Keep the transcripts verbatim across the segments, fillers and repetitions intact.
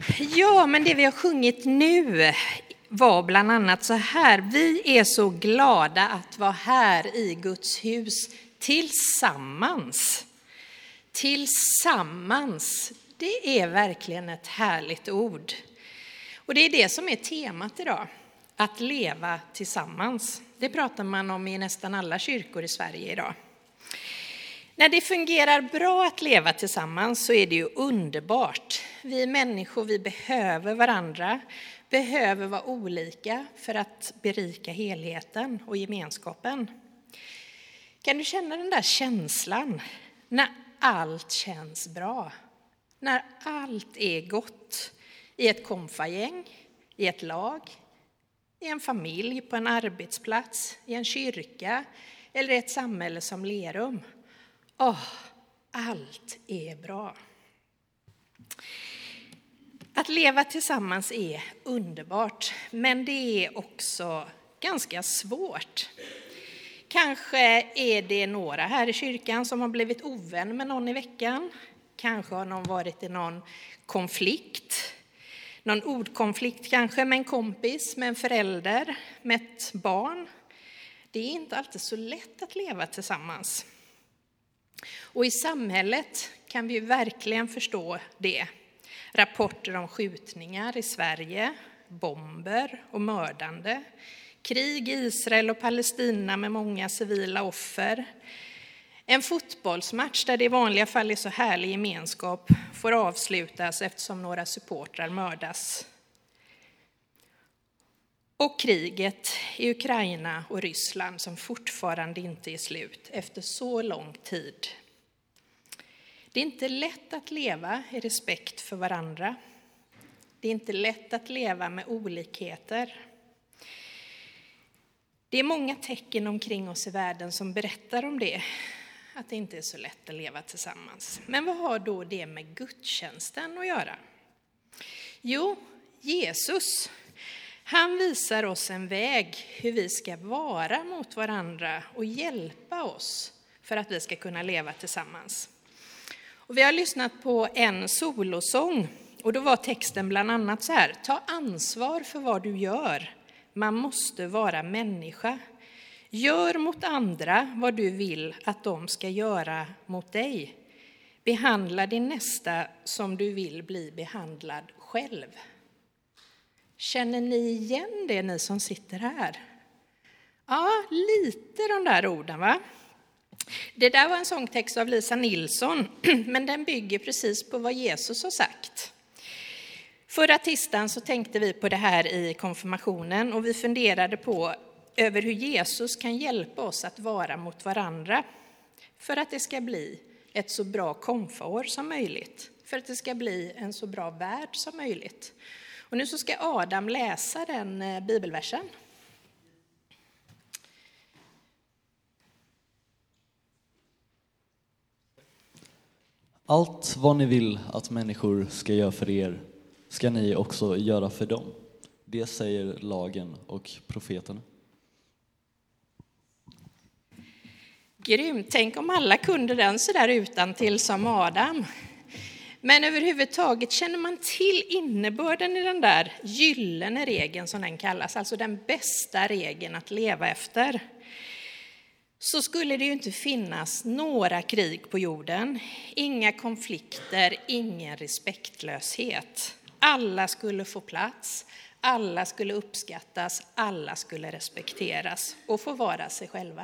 Ja, men det vi har sjungit nu var bland annat så här. Vi är så glada att vara här i Guds hus tillsammans. Tillsammans, det är verkligen ett härligt ord. Och det är det som är temat idag, att leva tillsammans. Det pratar man om i nästan alla kyrkor i Sverige idag. När det fungerar bra att leva tillsammans så är det ju underbart. Vi människor, vi behöver varandra, behöver vara olika för att berika helheten och gemenskapen. Kan du känna den där känslan när allt känns bra? När allt är gott i ett konfagäng, i ett lag, i en familj, på en arbetsplats, i en kyrka eller i ett samhälle som Lerum. Åh, allt är bra. Att leva tillsammans är underbart, men det är också ganska svårt. Kanske är det några här i kyrkan som har blivit ovän med någon i veckan. Kanske har någon varit i någon konflikt. Någon ordkonflikt kanske med en kompis, med en förälder, med ett barn. Det är inte alltid så lätt att leva tillsammans. Och i samhället kan vi ju verkligen förstå det. Rapporter om skjutningar i Sverige, bomber och mördande. Krig i Israel och Palestina med många civila offer. En fotbollsmatch där det i vanliga fall är så härlig gemenskap får avslutas eftersom några supportrar mördas. Och kriget i Ukraina och Ryssland som fortfarande inte är slut efter så lång tid. Det är inte lätt att leva i respekt för varandra. Det är inte lätt att leva med olikheter. Det är många tecken omkring oss i världen som berättar om det. Att det inte är så lätt att leva tillsammans. Men vad har då det med gudstjänsten att göra? Jo, Jesus, han visar oss en väg hur vi ska vara mot varandra och hjälpa oss för att vi ska kunna leva tillsammans. Och vi har lyssnat på en solosång och då var texten bland annat så här: ta ansvar för vad du gör. Man måste vara människa. Gör mot andra vad du vill att de ska göra mot dig. Behandla din nästa som du vill bli behandlad själv. Känner ni igen det, ni som sitter här? Ja, lite de där orden, va? Det där var en sångtext av Lisa Nilsson, men den bygger precis på vad Jesus har sagt. Förra tisdagen så tänkte vi på det här i konfirmationen och vi funderade på över hur Jesus kan hjälpa oss att vara mot varandra för att det ska bli ett så bra konfaår som möjligt, för att det ska bli en så bra värld som möjligt. Och nu så ska Adam läsa den bibelversen. Allt vad ni vill att människor ska göra för er ska ni också göra för dem. Det säger lagen och profeterna. Grymt, tänk om alla kunde den så där utan till som Adam. Men överhuvudtaget känner man till innebörden i den där gyllene regeln som den kallas, alltså den bästa regeln att leva efter. Så skulle det ju inte finnas några krig på jorden, inga konflikter, ingen respektlöshet. Alla skulle få plats, alla skulle uppskattas, alla skulle respekteras och få vara sig själva.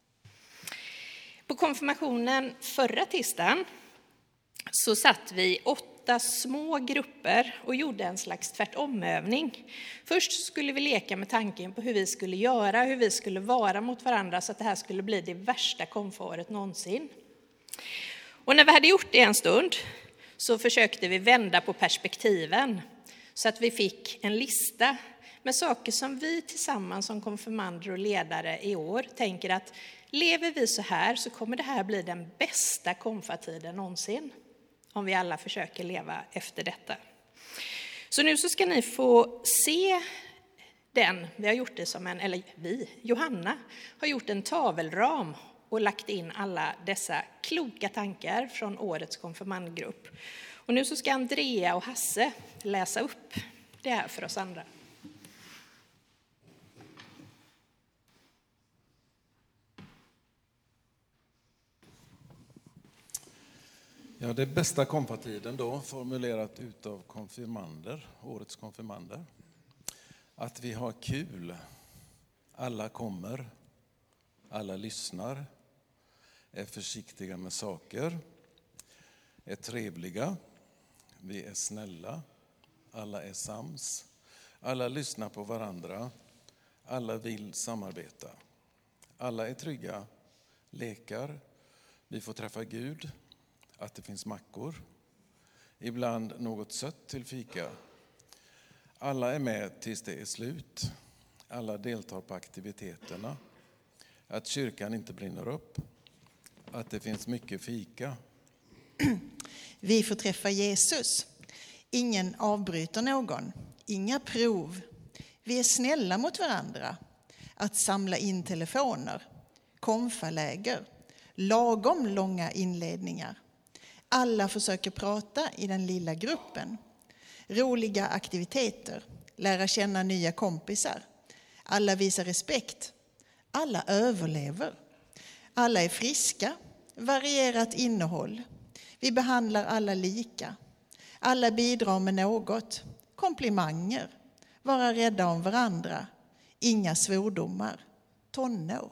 På konfirmationen förra tisdagen så satt vi åtta små grupper och gjorde en slags tvärtomövning. Först skulle vi leka med tanken på hur vi skulle göra, hur vi skulle vara mot varandra så att det här skulle bli det värsta konfåret någonsin. Och när vi hade gjort det en stund så försökte vi vända på perspektiven så att vi fick en lista med saker som vi tillsammans som konfirmander och ledare i år tänker att lever vi så här så kommer det här bli den bästa konfatiden någonsin. Om vi alla försöker leva efter detta. Så nu så ska ni få se den. Vi har gjort det som en, eller vi, Johanna, har gjort en tavelram och lagt in alla dessa kloka tankar från årets konfirmandgrupp. Och nu så ska Andrea och Hasse läsa upp det här för oss andra. Ja, det bästa konfatiden då, formulerat utav konfirmander, årets konfirmander. Att vi har kul. Alla kommer, alla lyssnar, är försiktiga med saker, är trevliga, vi är snälla, alla är sams, alla lyssnar på varandra, alla vill samarbeta. Alla är trygga, lekar, vi får träffa Gud, att det finns mackor, ibland något sött till fika. Alla är med tills det är slut, alla deltar på aktiviteterna, att kyrkan inte brinner upp, att det finns mycket fika. Vi får träffa Jesus. Ingen avbryter någon. Inga prov. Vi är snälla mot varandra. Att samla in telefoner. Konfaläger. Lagom långa inledningar. Alla försöker prata i den lilla gruppen. Roliga aktiviteter. Lära känna nya kompisar. Alla visar respekt. Alla överlever. Alla är friska. Varierat innehåll. Vi behandlar alla lika. Alla bidrar med något. Komplimanger. Vara rädda om varandra. Inga svordomar. Tonår.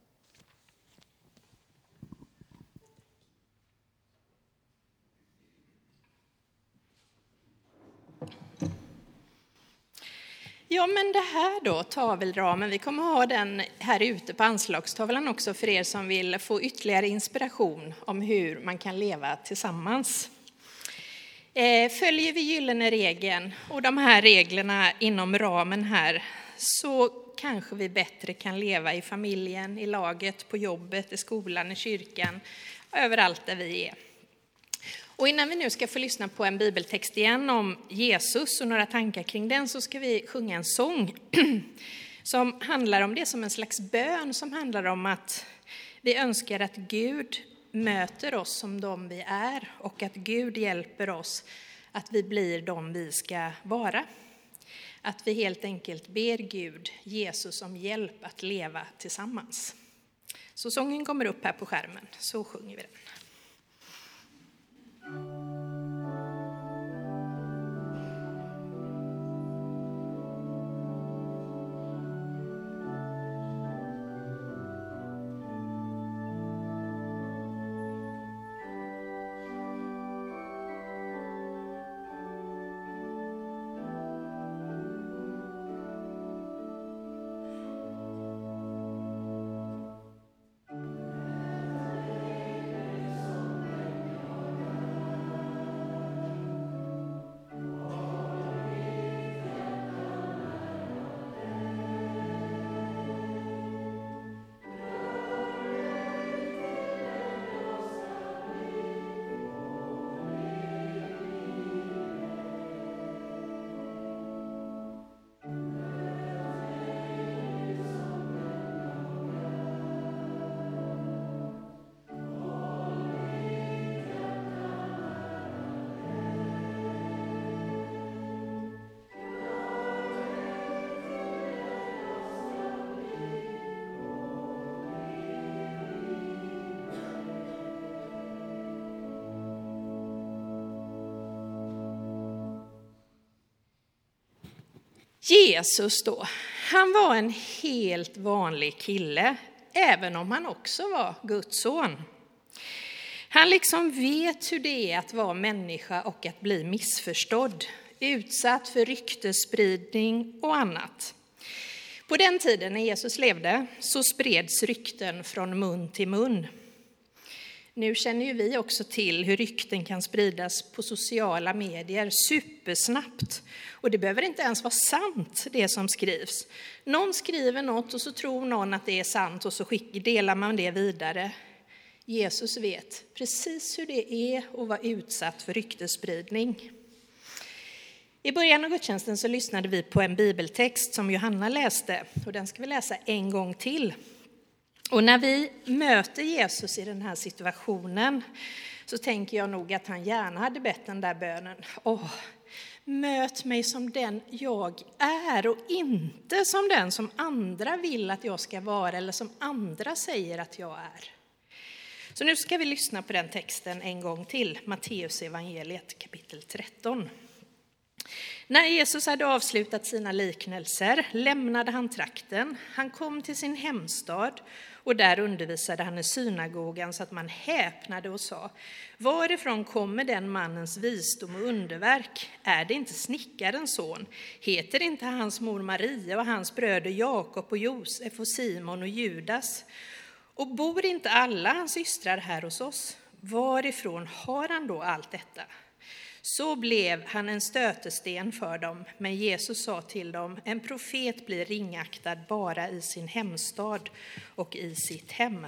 Ja, men det här då, tavelramen, vi kommer ha den här ute på anslagstavlan också för er som vill få ytterligare inspiration om hur man kan leva tillsammans. Eh, följer vi gyllene regeln och de här reglerna inom ramen här, så kanske vi bättre kan leva i familjen, i laget, på jobbet, i skolan, i kyrkan, överallt där vi är. Och innan vi nu ska få lyssna på en bibeltext igen om Jesus och några tankar kring den, så ska vi sjunga en sång som handlar om det som en slags bön, som handlar om att vi önskar att Gud möter oss som de vi är och att Gud hjälper oss att vi blir de vi ska vara. Att vi helt enkelt ber Gud, Jesus, om hjälp att leva tillsammans. Så sången kommer upp här på skärmen, så sjunger vi den. Jesus då, han var en helt vanlig kille, även om han också var Guds son. Han liksom vet hur det är att vara människa och att bli missförstådd, utsatt för ryktesspridning och annat. På den tiden när Jesus levde så spreds rykten från mun till mun. Nu känner ju vi också till hur rykten kan spridas på sociala medier supersnabbt. Och det behöver inte ens vara sant det som skrivs. Någon skriver något och så tror någon att det är sant och så delar man det vidare. Jesus vet precis hur det är att vara utsatt för ryktesspridning. I början av gudstjänsten så lyssnade vi på en bibeltext som Johanna läste. Och den ska vi läsa en gång till. Och när vi möter Jesus i den här situationen så tänker jag nog att han gärna hade bett den där bönen. Åh, Möt mig som den jag är och inte som den som andra vill att jag ska vara eller som andra säger att jag är. Så nu ska vi lyssna på den texten en gång till, Matteus evangeliet kapitel tretton. När Jesus hade avslutat sina liknelser lämnade han trakten. Han kom till sin hemstad och där undervisade han i synagogan så att man häpnade och sa: varifrån kommer den mannens visdom och underverk? Är det inte snickarens son? Heter inte hans mor Maria och hans bröder Jakob och Josef och Simon och Judas? Och bor inte alla hans systrar här hos oss? Varifrån har han då allt detta? Så blev han en stötesten för dem, men Jesus sa till dem: en profet blir ringaktad bara i sin hemstad och i sitt hem.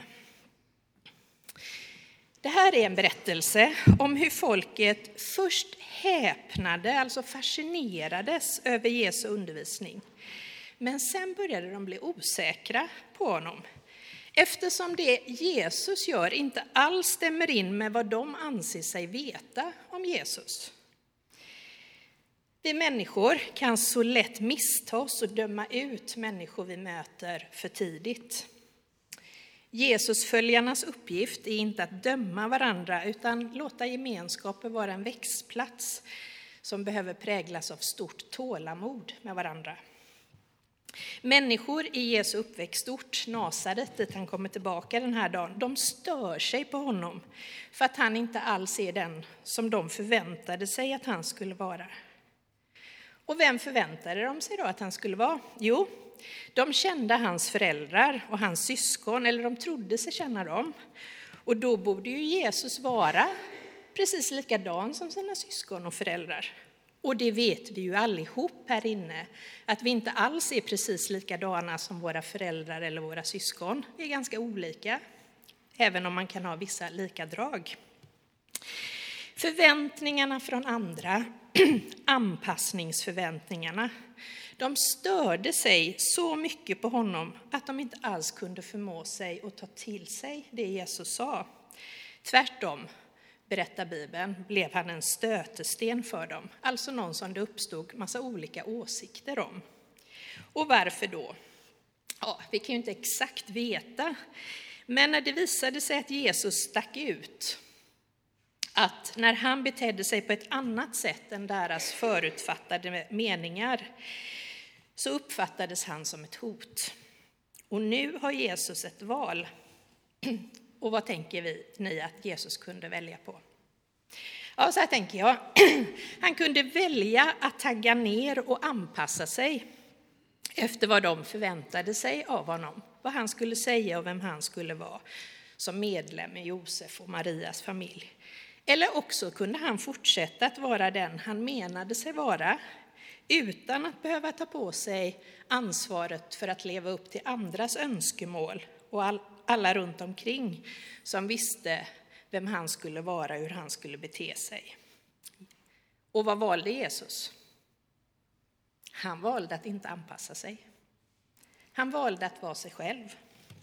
Det här är en berättelse om hur folket först häpnade, alltså fascinerades över Jesu undervisning. Men sen började de bli osäkra på honom. Eftersom det Jesus gör inte alls stämmer in med vad de anser sig veta om Jesus. Vi människor kan så lätt missta oss och döma ut människor vi möter för tidigt. Jesusföljarnas uppgift är inte att döma varandra utan låta gemenskapen vara en växtplats som behöver präglas av stort tålamod med varandra. Människor i Jesu uppväxtort, Nasaret, dit han kommer tillbaka den här dagen, de stör sig på honom för att han inte alls är den som de förväntade sig att han skulle vara. Och vem förväntade de sig då att han skulle vara? Jo, de kände hans föräldrar och hans syskon, eller de trodde sig känna dem. Och då borde ju Jesus vara precis likadan som sina syskon och föräldrar. Och det vet vi ju allihop här inne, att vi inte alls är precis likadana som våra föräldrar eller våra syskon. Vi är ganska olika, även om man kan ha vissa lika drag. Förväntningarna från andra, anpassningsförväntningarna, de störde sig så mycket på honom att de inte alls kunde förmå sig att ta till sig det Jesus sa. Tvärtom, berättar Bibeln, blev han en stötesten för dem. Alltså någon som det uppstod massa olika åsikter om. Och varför då? Ja, vi kan ju inte exakt veta. Men när det visade sig att Jesus stack ut, att när han betedde sig på ett annat sätt än deras förutfattade meningar, så uppfattades han som ett hot. Och nu har Jesus ett val. Och vad tänker vi ni att Jesus kunde välja på? Ja, så här tänker jag. Han kunde välja att tagga ner och anpassa sig efter vad de förväntade sig av honom. Vad han skulle säga och vem han skulle vara som medlem i Josef och Marias familj. Eller också kunde han fortsätta att vara den han menade sig vara utan att behöva ta på sig ansvaret för att leva upp till andras önskemål och all, alla runt omkring som visste vem han skulle vara och hur han skulle bete sig. Och vad valde Jesus? Han valde att inte anpassa sig. Han valde att vara sig själv.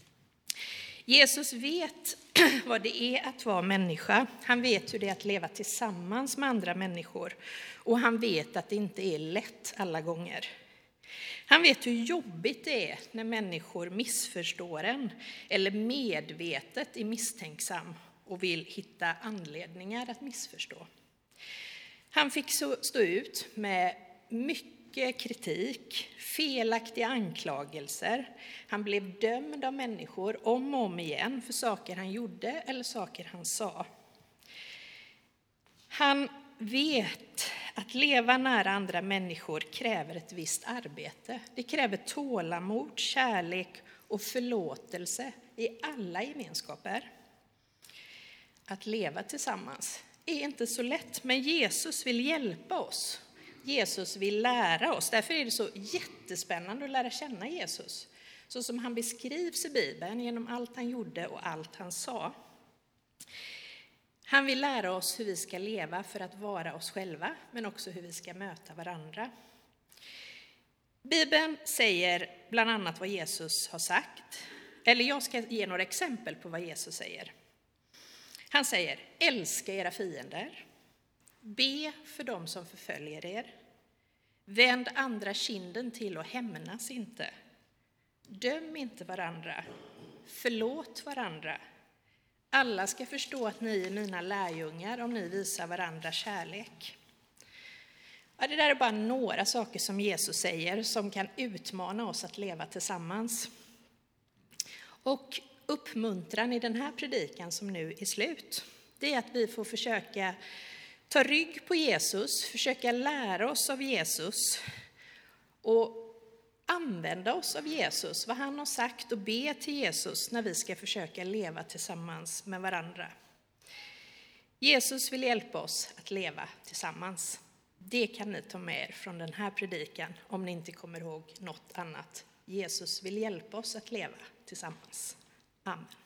Jesus vet vad det är att vara människa. Han vet hur det är att leva tillsammans med andra människor. Och han vet att det inte är lätt alla gånger. Han vet hur jobbigt det är när människor missförstår en eller medvetet är misstänksam och vill hitta anledningar att missförstå. Han fick stå ut med mycket kritik, felaktiga anklagelser. Han blev dömd av människor om och om igen för saker han gjorde eller saker han sa. Han vet att leva nära andra människor kräver ett visst arbete. Det kräver tålamod, kärlek och förlåtelse i alla gemenskaper. Att leva tillsammans är inte så lätt, men Jesus vill hjälpa oss. Jesus vill lära oss. Därför är det så jättespännande att lära känna Jesus. Så som han beskrivs i Bibeln genom allt han gjorde och allt han sa. Han vill lära oss hur vi ska leva för att vara oss själva, men också hur vi ska möta varandra. Bibeln säger bland annat vad Jesus har sagt. Eller jag ska ge några exempel på vad Jesus säger. Han säger: älska era fiender. Be för dem som förföljer er. Vänd andra kinden till och hämnas inte. Döm inte varandra. Förlåt varandra. Alla ska förstå att ni är mina lärjungar om ni visar varandra kärlek. Ja, det där är bara några saker som Jesus säger som kan utmana oss att leva tillsammans. Och uppmuntran i den här predikan som nu är slut, det är att vi får försöka ta rygg på Jesus, försöka lära oss av Jesus och använda oss av Jesus, vad han har sagt, och be till Jesus när vi ska försöka leva tillsammans med varandra. Jesus vill hjälpa oss att leva tillsammans. Det kan ni ta med er från den här predikan om ni inte kommer ihåg något annat. Jesus vill hjälpa oss att leva tillsammans. Amen.